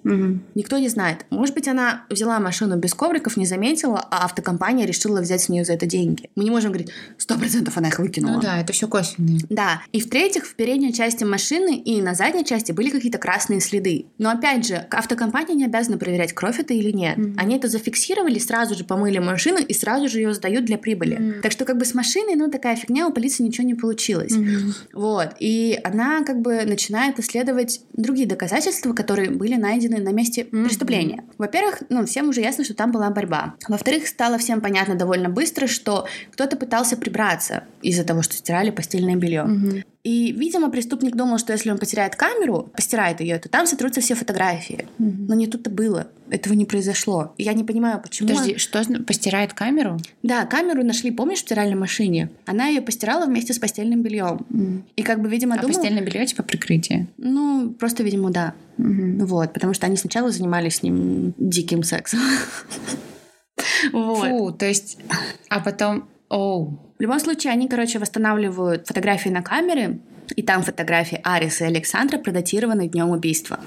Никто не знает. Может быть, она взяла машину без ковриков, не заметила, а автокомпания решила взять с нее за это деньги. Мы не можем говорить, 100% она их выкинула. Ну да, это все косвенные. Да. И в-третьих, в передней части машины и на задней части были какие-то красные следы. Но опять же, автокомпания не обязана проверять, кровь это или нет. Они это зафиксировали, сразу же помыли машину и сразу же ее сдают для прибыли. Так что как бы с машиной, ну, такая фигня, у полиции ничего не получилось. Вот. И она как бы начинает исследовать другие доказательства, которые были найдены на месте преступления. Во-первых, ну, всем уже ясно, что там была борьба. Во-вторых, стало всем понятно довольно быстро, что кто-то пытался прибраться из-за того, что стирали постельное белье. И, видимо, преступник думал, что если он потеряет камеру, постирает ее, то там сотрутся все фотографии. Но не тут-то было. Этого не произошло. И я не понимаю, почему... Подожди, что постирает камеру? Да, камеру нашли, помнишь, в стиральной машине? Она ее постирала вместе с постельным бельем. И как бы, видимо, думала... постельное белье типа прикрытие? Ну, просто, видимо, да. Вот, потому что они сначала занимались с ним диким сексом. Фу, то есть... А потом... В любом случае, они, восстанавливают фотографии на камеры, и там фотографии Ариса и Александра продатированы днем убийства.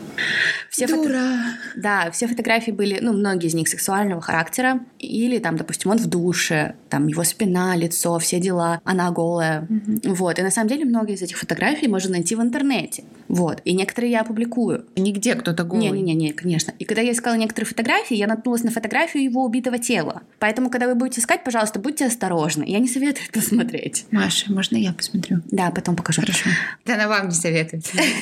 Да, все фотографии были, многие из них сексуального характера, или там, допустим, он в душе, там его спина, лицо, все дела, она голая. Вот, и на самом деле многие из этих фотографий можно найти в интернете. Вот, и некоторые я опубликую. Нигде кто-то голый? Не, конечно. И когда я искала некоторые фотографии, я наткнулась на фотографию его убитого тела. Поэтому, когда вы будете искать, пожалуйста, будьте осторожны. Я не советую это смотреть. Маша, можно я посмотрю? Да, потом покажу. Хорошо. Да, она вам не советует.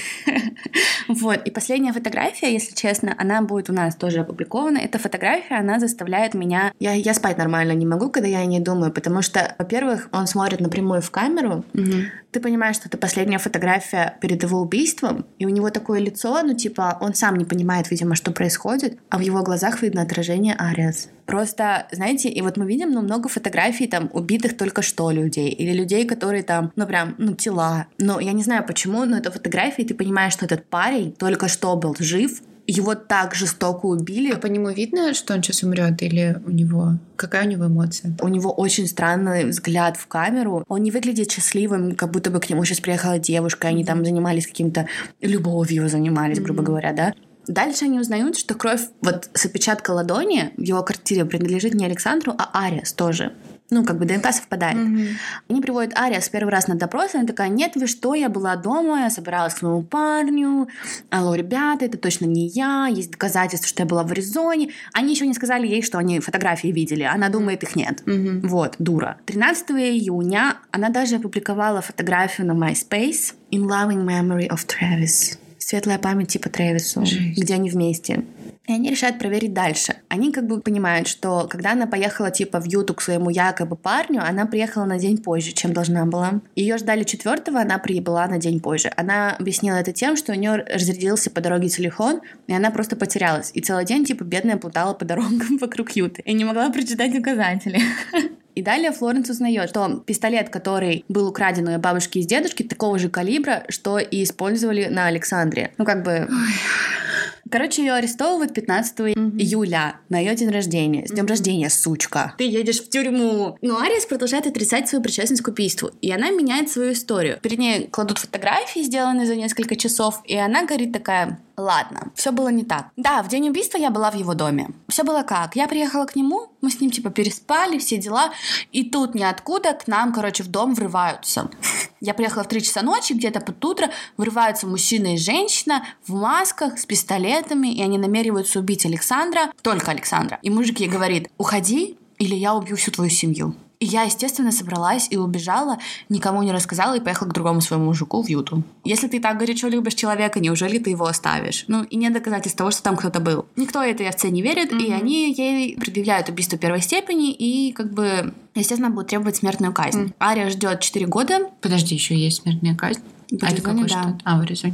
Вот, и последняя фотография, если честно, она будет у нас тоже опубликована. Эта фотография, она заставляет меня... Я спать нормально не могу, когда я о ней думаю, потому что, во-первых, он смотрит напрямую в камеру, ты понимаешь, что это последняя фотография перед его убийством, и у него такое лицо, он сам не понимает, видимо, что происходит, а в его глазах видно отражение Ариас. Просто, знаете, и вот мы видим, много фотографий там убитых только что людей, или людей, которые там, тела. Но я не знаю почему, но это фотографии, ты понимаешь, что этот парень только что был жив, его так жестоко убили. А по нему видно, что он сейчас умрет, или у него... Какая у него эмоция? У него очень странный взгляд в камеру. Он не выглядит счастливым, как будто бы к нему сейчас приехала девушка, и они там занимались каким-то... любовью занимались, грубо говоря, да? Дальше они узнают, что кровь с отпечатка ладони в его квартире принадлежит не Александру, а Ариас тоже. ДНК совпадает. Они приводят Ариас первый раз на допрос, и она такая: нет, вы что, я была дома, я собиралась к своему парню, алло, ребята, это точно не я, есть доказательства, что я была в Аризоне. Они еще не сказали ей, что они фотографии видели, она думает, их нет. Вот, дура. 13 июня она даже опубликовала фотографию на MySpace In Loving Memory of Travis. Светлая память по Трэвису, где они вместе. И они решают проверить дальше. Они понимают, что когда она поехала в Юту к своему якобы парню, она приехала на день позже, чем должна была. Ее ждали 4-го, она прибыла на день позже. Она объяснила это тем, что у нее разрядился по дороге телефон, и она просто потерялась. И целый день, бедная плутала по дорогам вокруг Юты. И не могла прочитать указатели. И далее Флоренс узнает, что пистолет, который был украден у ее бабушки и дедушки, такого же калибра, что и использовали на Александре. Ее арестовывают 15 июля на ее день рождения. С днем рождения, сучка. Ты едешь в тюрьму. Но Ариас продолжает отрицать свою причастность к убийству. И она меняет свою историю. Перед ней кладут фотографии, сделанные за несколько часов. И она говорит такая: ладно, все было не так. Да, в день убийства я была в его доме. Все было как? Я приехала к нему, мы с ним переспали, все дела. И тут ниоткуда к нам, в дом врываются. Я приехала в 3 часа ночи, где-то под утро врываются мужчина и женщина в масках с пистолетами, и они намереваются убить Александра, только Александра. И мужик ей говорит: уходи, или я убью всю твою семью. И я, естественно, собралась и убежала, никому не рассказала и поехала к другому своему мужику в Юту. Если ты так горячо любишь человека, неужели ты его оставишь? И нет доказательств того, что там кто-то был. Никто этой овце не верит, и они ей предъявляют убийство первой степени и, естественно, будут требовать смертную казнь. Ария ждет 4 года. Подожди, еще есть смертная казнь? В Аризоне, да. В Аризоне.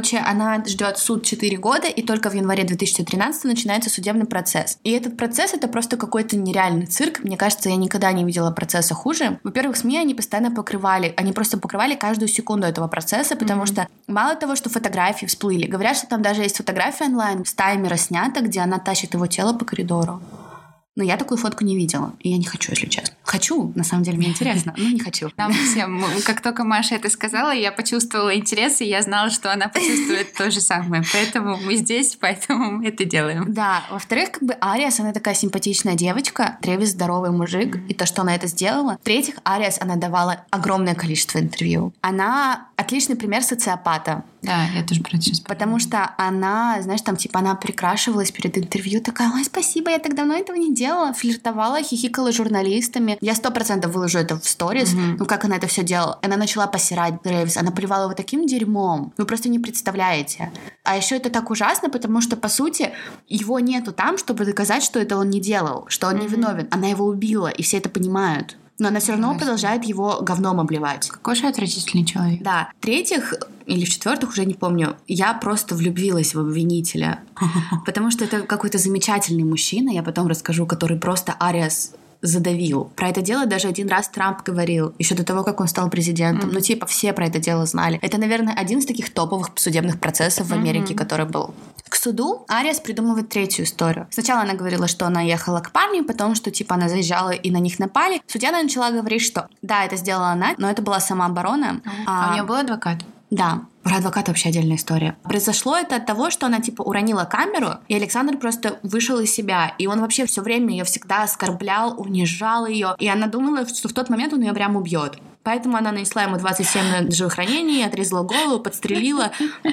Она ждет суд 4 года, и только в январе 2013 начинается судебный процесс. И этот процесс — это просто какой-то нереальный цирк. Мне кажется, я никогда не видела процесса хуже. Во-первых, СМИ они постоянно просто покрывали каждую секунду этого процесса, потому что мало того, что фотографии всплыли, говорят, что там даже есть фотография онлайн с таймера снята, где она тащит его тело по коридору. Но я такую фотку не видела, и я не хочу, если честно. Хочу, на самом деле, мне интересно, но не хочу. Нам всем, как только Маша это сказала, я почувствовала интерес, и я знала, что она почувствует то же самое. Поэтому мы здесь, поэтому мы это делаем. Да, во-вторых, Ариас, она такая симпатичная девочка, Трэвис здоровый мужик, и то, что она это сделала. В-третьих, Ариас, она давала огромное количество интервью. Она отличный пример социопата. Да, я тоже про это сейчас подумала. Потому что она, она прикрашивалась перед интервью, такая: ой, спасибо, я так давно этого не делала. Флиртовала, хихикала с журналистами. Я 100% выложу это в сторис. Как она это все делала. Она начала посирать Трэвис, она поливала его таким дерьмом. Вы просто не представляете. А еще это так ужасно, потому что, по сути, его нету там, чтобы доказать, что это он не делал, что он не виновен. Она его убила, и все это понимают. Но она все равно продолжает его говном обливать. Какой же отвратительный человек. Да. В-третьих, или в-четвертых, уже не помню, я просто влюбилась в обвинителя. Потому что это какой-то замечательный мужчина, я потом расскажу, который просто Ариас задавил. Про это дело даже один раз Трамп говорил, еще до того, как он стал президентом. Ну, типа, все про это дело знали. Это, наверное, один из таких топовых судебных процессов в Америке, который был. К суду Ариас придумывает третью историю. Сначала она говорила, что она ехала к парню, потом, что, типа, она заезжала и на них напали. Судья начала говорить, что да, это сделала она, но это была самооборона. А у нее был адвокат? Да. Про адвоката вообще отдельная история. Произошло это от того, что она, типа, уронила камеру, и Александр просто вышел из себя. И он вообще все время ее всегда оскорблял, унижал ее. И она думала, что в тот момент он ее прям убьет. Поэтому она нанесла ему 27 ножевых ранений, отрезала голову, подстрелила.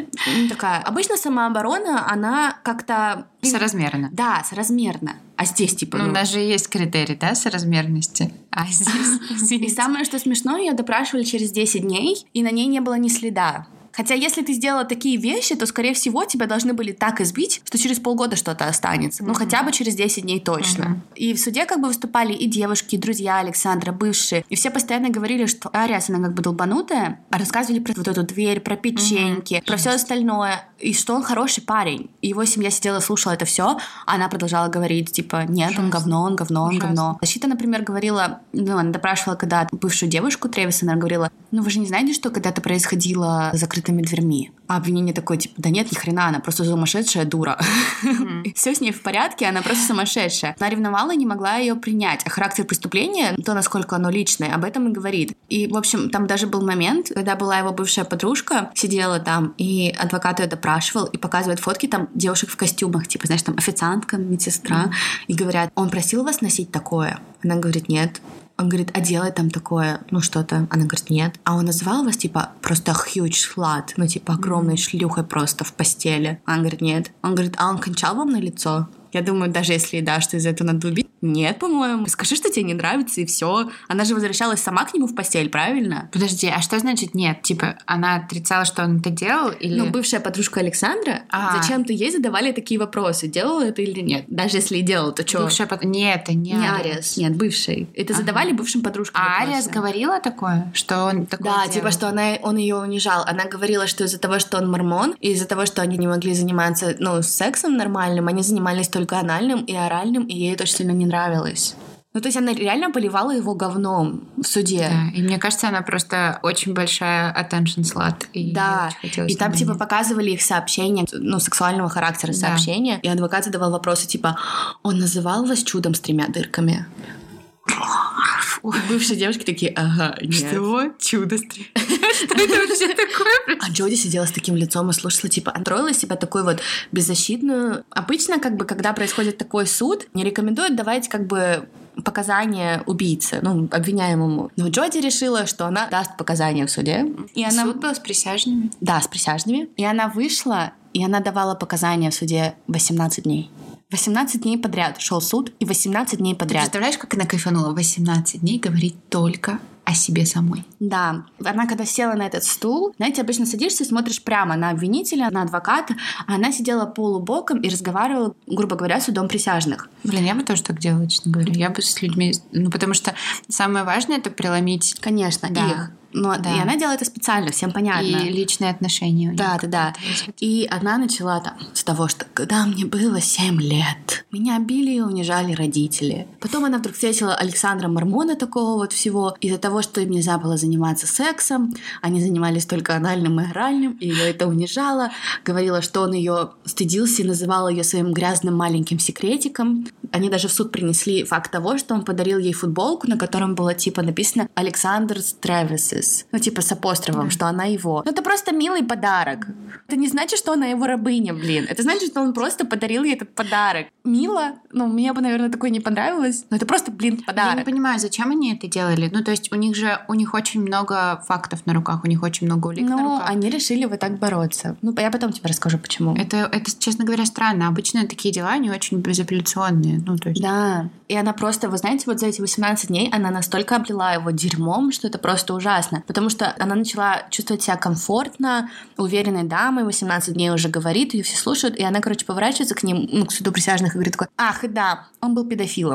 Такая. Обычно самооборона, она как-то... Соразмерно. Да, соразмерно. А здесь, типа... Ну, у нас же есть критерий, да, соразмерности. А здесь... И самое, что смешно, ее допрашивали через 10 дней, и на ней не было ни следа. Хотя если ты сделала такие вещи, то, скорее всего, тебя должны были так избить, что через полгода что-то останется. Ну, хотя бы через 10 дней точно. И в суде как бы выступали и девушки, и друзья Александра, бывшие. И все постоянно говорили, что Ариас, она как бы долбанутая. Рассказывали про вот эту дверь, про печеньки, про все остальное. И что он хороший парень. И его семья сидела и слушала это все. А она продолжала говорить, типа, нет, он говно, он говно, он говно. Защита, например, говорила, ну, она допрашивала когда бывшую девушку Тревиса, она говорила, ну, вы же не знаете, что когда-то происходило закрытыми дверьми? А обвинение такое, типа, да нет, ни хрена, она просто сумасшедшая дура. Все с ней в порядке, она просто сумасшедшая. Она ревновала и не могла ее принять. А характер преступления, то, насколько оно личное, об этом и говорит. И, в общем, там даже был момент, когда была его бывшая подружка, сидела там, и адвокат ее допрашивал, и показывает фотки там девушек в костюмах, типа, знаешь, там официантка, медсестра, и говорят, он просил вас носить такое? Она говорит, нет. Он говорит, а делай там такое, ну что-то. Она говорит, нет. А он называл вас, типа, просто huge slut, ну, типа, огромной шлюхой просто в постели. Она говорит, нет. Он говорит, а он кончал вам на лицо? Я думаю, даже если и да, что из-за этого надо убить. Нет, по-моему. Скажи, что тебе не нравится, и все. Она же возвращалась сама к нему в постель, правильно? Подожди, а что значит нет? Типа, она отрицала, что он это делал? Или... Ну, бывшая подружка Александра, зачем-то ей задавали такие вопросы, делала это или нет. Даже если и делала, то что? Бывшая Нет, это не Ариас. Нет, бывший. Это задавали бывшим подружкам вопросы. вопросы. Ариас говорила такое? Что он такое Да, делал? типа, что он ее унижал. Она говорила, что из-за того, что он мормон, и из-за того, что они не могли заниматься, ну, сексом нормальным, они занимались только анальным и оральным, и ей это очень сильно не нравилось. Ну, то есть она реально поливала его говном в суде. Да, и мне кажется, она просто очень большая attention slut. И да, и там, типа, показывали их сообщения, ну, сексуального характера сообщения, и адвокат задавал вопросы, типа, он называл вас чудом с 3 дырками? И бывшие девушки такие, ага, нет. Что? Чудо с 3? Что это вообще такое? А Джоди сидела с таким лицом и слушала, типа, строила себя такой вот беззащитную. Обычно, как бы, когда происходит такой суд, не рекомендуют давать, как бы, показания убийце, ну, обвиняемому. Но Джоди решила, что она даст показания в суде. И она... Суд был с присяжными? Да, с присяжными. И она вышла, и она давала показания в суде 18 дней. 18 дней подряд шел суд, и 18 дней подряд. Ты представляешь, как она кайфанула? 18 дней говорить только о себе самой. Да. Она когда села на этот стул, знаете, обычно садишься и смотришь прямо на обвинителя, на адвоката, а она сидела полубоком и разговаривала, грубо говоря, с судом присяжных. Блин, я бы тоже так делала, честно говоря. Я бы с людьми... Ну, потому что самое важное — это преломить... Конечно, да. их. Но, да. И она делала это специально, всем понятно. И личные отношения у них. Да. И она начала там с того, что когда мне было 7 лет, меня били и унижали родители. Потом она вдруг встретила Александра Мормона, такого вот всего. Из-за того, что им нельзя было заниматься сексом, они занимались только анальным и оральным, и ее это унижало. Говорила, что он ее стыдился и называл ее своим грязным маленьким секретиком. Они даже в суд принесли факт того, что он подарил ей футболку, на котором было типа написано «Alexander's Travis's». Ну, типа с апострофом, что она его. Ну, это просто милый подарок. Это не значит, что она его рабыня, блин. Это значит, что он просто подарил ей этот подарок. Мило. Ну, мне бы, наверное, такое не понравилось. Но это просто, блин, подарок. Я не понимаю, зачем они это делали? Ну, то есть у них очень много фактов на руках, у них очень много улик на руках. Ну, они решили вот так бороться. Ну, я потом тебе расскажу, почему. Это, честно говоря, странно. Обычно такие дела, они очень безапелляционные. Ну, то есть... Да. И она просто, вы знаете, вот за эти 18 дней она настолько облила его дерьмом, что это просто ужасно. Потому что она начала чувствовать себя комфортно, уверенной дамой, 18 дней уже говорит, ее все слушают, и она, короче, поворачивается к ним, ну, к суду присяжных и говорит такой, ах, да, он был педофилом.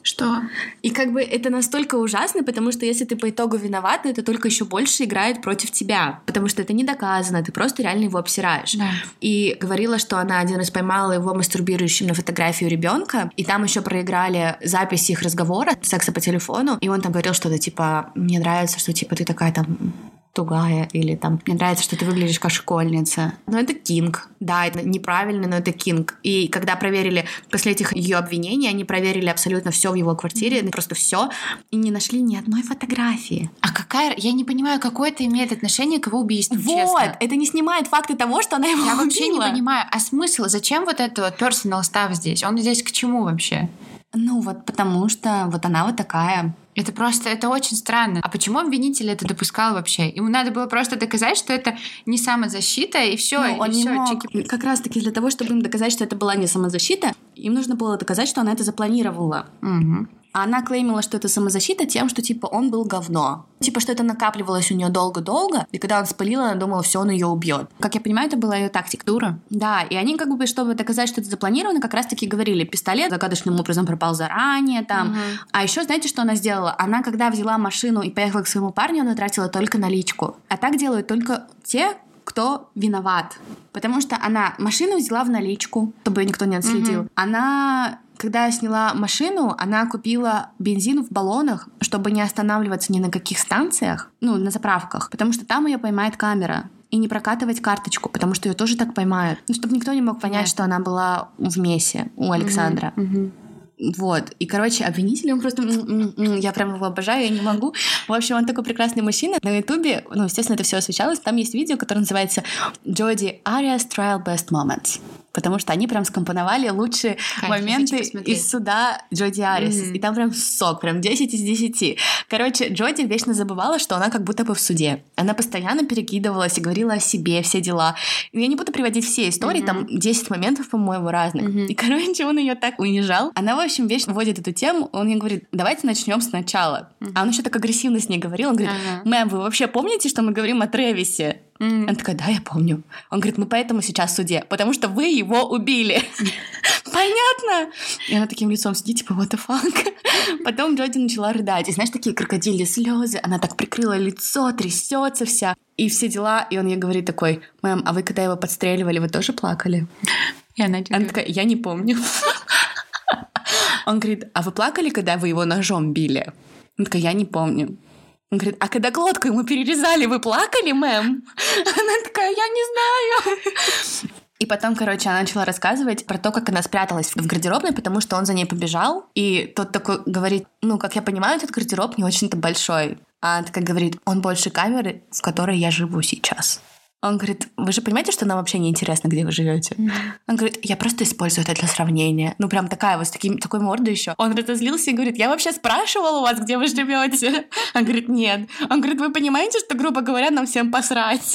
Что? И как бы это настолько ужасно, потому что если ты по итогу виноват, это только еще больше играет против тебя, потому что это не доказано, ты просто реально его обсираешь. Да. И говорила, что она один раз поймала его мастурбирующим на фотографию ребенка, и там еще проиграли записи их разговора, секса по телефону, и он там говорил что-то типа: мне нравится, что типа ты такая там тугая, или там мне нравится, что ты выглядишь как школьница. Но это кинг. Да, это неправильно, но это кинг. И когда проверили после этих ее обвинений, они проверили абсолютно все в его квартире, просто все, и не нашли ни одной фотографии. А какая... Я не понимаю, какое это имеет отношение к его убийству, вот, честно. это не снимает факты того, что она его убила. Я вообще не понимаю, а смысл? Зачем вот это вот personal stuff здесь? Он здесь к чему вообще? Ну вот потому что вот она вот такая... Это просто, это очень странно. А почему обвинитель это допускал вообще? Ему надо было просто доказать, что это не самозащита, и все. Ну, он не мог. Как раз-таки для того, чтобы им доказать, что это была не самозащита, им нужно было доказать, что она это запланировала. Угу. А она клеймила, что это самозащита тем, что, типа, он был говно. Типа, что это накапливалось у нее долго-долго, и когда он спалил, она думала, все, он ее убьет. Как я понимаю, это была ее тактика. Дура. Да, и они, как бы, чтобы доказать, что это запланировано, как раз-таки говорили, пистолет загадочным образом пропал заранее, там. А еще знаете, что она сделала? Она, когда взяла машину и поехала к своему парню, она тратила только наличку. А так делают только те, кто виноват. Потому что она машину взяла в наличку, чтобы никто не отследил. Она... Когда сняла машину, она купила бензин в баллонах, чтобы не останавливаться ни на каких станциях, ну, на заправках, потому что там ее поймает камера. И не прокатывать карточку, потому что ее тоже так поймают. Ну, чтобы никто не мог понять, что она была в мессе у Александра. Вот. И, короче, обвинитель, он просто... Я прям его обожаю, я не могу. В общем, он такой прекрасный мужчина. На Ютубе, ну, естественно, это все освещалось. Там есть видео, которое называется Jodi Arias Trial Best Moments. Потому что они прям скомпоновали лучшие моменты из суда Джоди Ариас. И там прям сок, прям 10 из 10. Короче, Джоди вечно забывала, что она как будто бы в суде. Она постоянно перекидывалась и говорила о себе, все дела. Я не буду приводить все истории, там 10 моментов, по-моему, разных. И, короче, он ее так унижал. Она, в общем, вечно вводит эту тему. Он ей говорит: давайте начнем сначала. А он еще так агрессивно с ней говорил. Он говорит: мэм, вы вообще помните, что мы говорим о Трэвисе? Она такая: да, я помню. Он говорит: мы поэтому сейчас в суде, потому что вы его убили. Понятно? И она таким лицом сидит, типа, what the fuck? Потом Джоди начала рыдать. И знаешь, такие крокодильи слезы. Она так прикрыла лицо, трясется вся. И все дела. И он ей говорит такой: мэм, а вы когда его подстреливали, вы тоже плакали? И она такая: я не помню. Он говорит: а вы плакали, когда вы его ножом били? Она такая: я не помню. Он говорит: а когда глотку ему перерезали, вы плакали, мэм? Она такая: я не знаю. И потом, короче, она начала рассказывать про то, как она спряталась в гардеробной, потому что он за ней побежал. И тот такой говорит: ну, как я понимаю, этот гардероб не очень-то большой. А она такая говорит: он больше камеры, в которой я живу сейчас. Он говорит: вы же понимаете, что нам вообще не интересно, где вы живете? Он говорит: я просто использую это для сравнения. Ну, прям такая вот, с такой мордой еще. Он разозлился и говорит: я вообще спрашивал у вас, где вы живете? Он говорит: нет. Он говорит: вы понимаете, что, грубо говоря, нам всем посрать?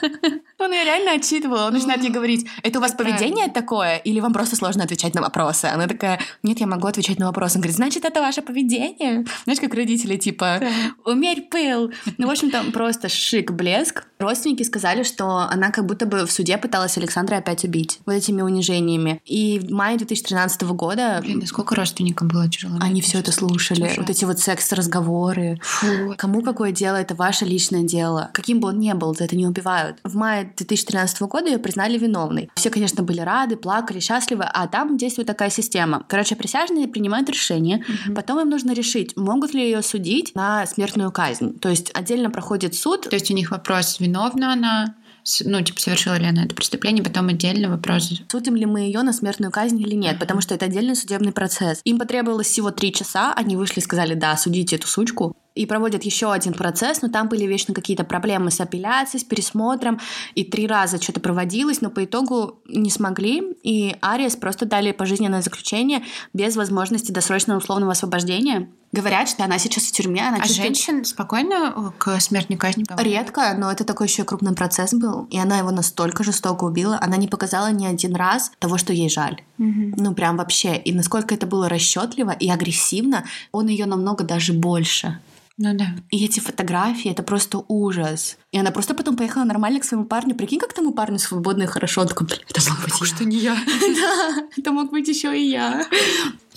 Он ее реально отчитывал. Он начинает ей говорить: это у вас поведение такое? Или вам просто сложно отвечать на вопросы? Она такая: нет, я могу отвечать на вопросы. Он говорит: значит, это ваше поведение? Знаешь, как родители, типа, умерь пыл. Ну, в общем, там просто шик-блеск. Родственники сказали, что она как будто бы в суде пыталась Александра опять убить вот этими унижениями. И в мае 2013 года... Блин, да сколько родственникам было тяжело? Они все это слушали. Вот эти вот секс-разговоры. Фу. Кому какое дело, это ваше личное дело. Каким бы он ни был, за это не убивают. В мае 2013 года ее признали виновной. Все, конечно, были рады, плакали, счастливы, а там действует такая система. Короче, присяжные принимают решение, потом им нужно решить, могут ли ее судить на смертную казнь. То есть отдельно проходит суд. То есть у них вопрос, виновна она, ну, типа, совершила ли она это преступление, потом отдельно вопрос. Судим ли мы ее на смертную казнь или нет, потому что это отдельный судебный процесс. Им потребовалось всего 3 часа, они вышли и сказали: да, судите эту сучку. И проводят еще один процесс, но там были вечно какие-то проблемы с апелляцией, с пересмотром, и 3 раза что-то проводилось, но по итогу не смогли, и Ариас просто дали пожизненное заключение без возможности досрочного условного освобождения. Говорят, что она сейчас в тюрьме. Она женщин спокойно к смертной казни попадают? Редко, но это такой еще крупный процесс был, и она его настолько жестоко убила, она не показала ни один раз того, что ей жаль. Ну, прям вообще. И насколько это было расчетливо и агрессивно, он ее намного даже больше. Ну да. И эти фотографии, это просто ужас. И она просто потом поехала нормально к своему парню. Прикинь, как тому парню свободно и хорошо. Он такой: это мог быть что не я. Да, это мог быть еще и я.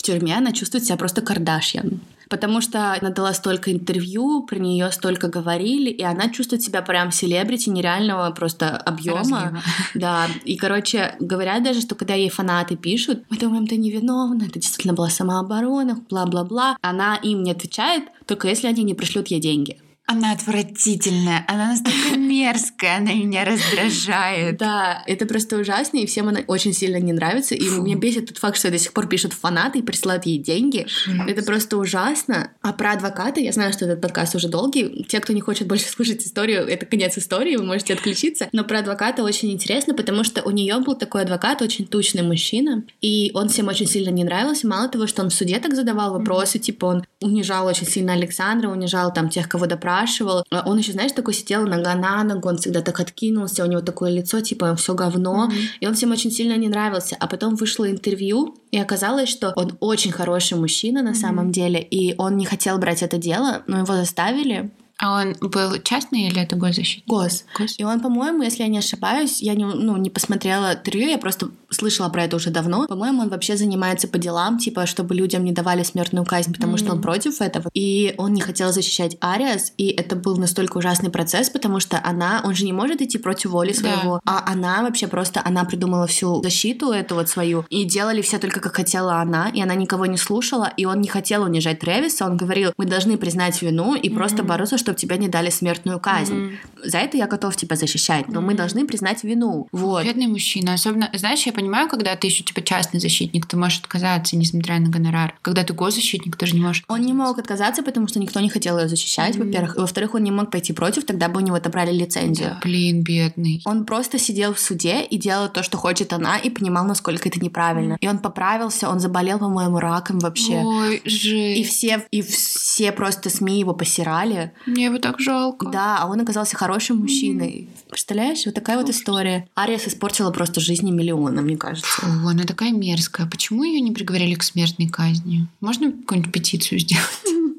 тюрьме она чувствует себя просто Кардашьян. Потому что она дала столько интервью, про нее столько говорили, и она чувствует себя прям селебрити нереального просто объема. Да. И, короче, говорят даже, что когда ей фанаты пишут, мы думаем, ты невиновна, это действительно была самооборона, бла-бла-бла. Она им не отвечает, только если они не пришлют ей деньги. Она отвратительная, она настолько мерзкая, она меня раздражает. Да, это просто ужасно, и всем она очень сильно не нравится. И меня бесит тот факт, что до сих пор пишут фанаты и присылают ей деньги. Это просто ужасно. А про адвоката, я знаю, что этот подкаст уже долгий. Те, кто не хочет больше слушать историю, это конец истории, вы можете отключиться. Но про адвоката очень интересно, потому что у нее был такой адвокат, очень тучный мужчина, и он всем очень сильно не нравился. Мало того, что он в суде так задавал вопросы, типа он унижал очень сильно Александра, унижал там тех, кого допрашивал. Он еще, знаешь, такой сидел нога на ногу, он всегда так откинулся, у него такое лицо, типа, все говно, и он всем очень сильно не нравился. А потом вышло интервью, и оказалось, что он очень хороший мужчина на самом деле, и он не хотел брать это дело, но его заставили. А он был частный или это госзащитник? Гос. И он, по-моему, если я не ошибаюсь, я не посмотрела интервью, я просто слышала про это уже давно. По-моему, он вообще занимается по делам, типа, чтобы людям не давали смертную казнь, потому что он против этого. И он не хотел защищать Ариас, и это был настолько ужасный процесс, потому что он же не может идти против воли своего, а она вообще просто, она придумала всю защиту эту вот свою, и делали все только как хотела она, и она никого не слушала, и он не хотел унижать Трэвиса, он говорил, мы должны признать вину и просто бороться, чтобы тебе не дали смертную казнь. За это я готов тебя защищать, но мы должны признать вину. Вот. Бедный мужчина. Особенно, знаешь, я понимаю, когда ты еще типа частный защитник, ты можешь отказаться, несмотря на гонорар. Когда ты госзащитник, ты же не можешь отказаться. Он не мог отказаться, потому что никто не хотел ее защищать, во-первых. И во-вторых, он не мог пойти против, тогда бы у него отобрали лицензию. Да, блин, бедный. Он просто сидел в суде и делал то, что хочет она, и понимал, насколько это неправильно. И он поправился, он заболел, по-моему, раком вообще. Ой, жесть. И все просто СМИ его посирали. Мне его так жалко. Да, а он оказался хорошим мужчиной. Представляешь, вот такая вот история. Ариас испортила просто жизни миллиона, мне кажется. Фу, она такая мерзкая. Почему ее не приговорили к смертной казни? Можно какую-нибудь петицию сделать?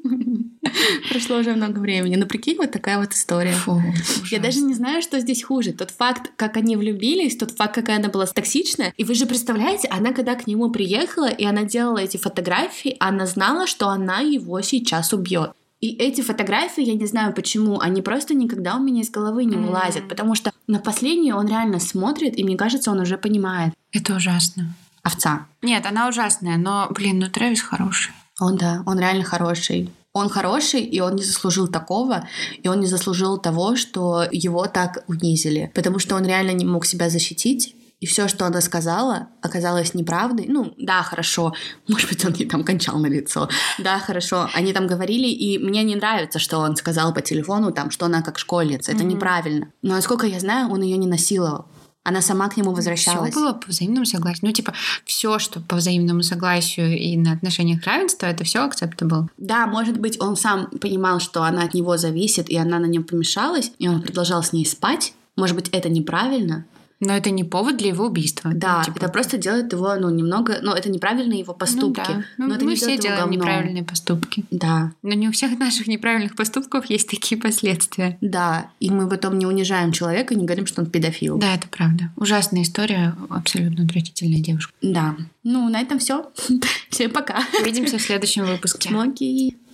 Прошло уже много времени. Но прикинь, вот такая вот история. Фу, я даже не знаю, что здесь хуже. Тот факт, как они влюбились, тот факт, какая она была токсичная. И вы же представляете, она когда к нему приехала, и она делала эти фотографии, она знала, что она его сейчас убьет. И эти фотографии, я не знаю почему, они просто никогда у меня из головы не вылазят, потому что на последнюю он реально смотрит, и мне кажется, он уже понимает. Это ужасно. Овца. Нет, она ужасная, но, блин, ну Трэвис хороший. Он реально хороший. Он хороший, и он не заслужил такого, и он не заслужил того, что его так унизили, потому что он реально не мог себя защитить. И все, что она сказала, оказалось неправдой. Ну, да, хорошо. Может быть, он ей там кончал на лицо. Да, хорошо. Они там говорили, и мне не нравится, что он сказал по телефону, там, что она как школьница. Это неправильно. Но, насколько я знаю, он ее не насиловал. Она сама к нему возвращалась. Все было по взаимному согласию. Ну, типа, все, что по взаимному согласию и на отношениях равенства, это все acceptable. Да, может быть, он сам понимал, что она от него зависит, и она на нем помешалась, и он продолжал с ней спать. Может быть, это неправильно. Но это не повод для его убийства. Да, типа... это просто делает его, немного... это неправильные его поступки. Ну, да. Но это мы не все делаем неправильные поступки. Да. Но не у всех наших неправильных поступков есть такие последствия. Да, и мы потом не унижаем человека и не говорим, что он педофил. Да, это правда. Ужасная история, абсолютно отвратительная девушка. Да. На этом все. Всем пока. Увидимся в следующем выпуске. Чмоки.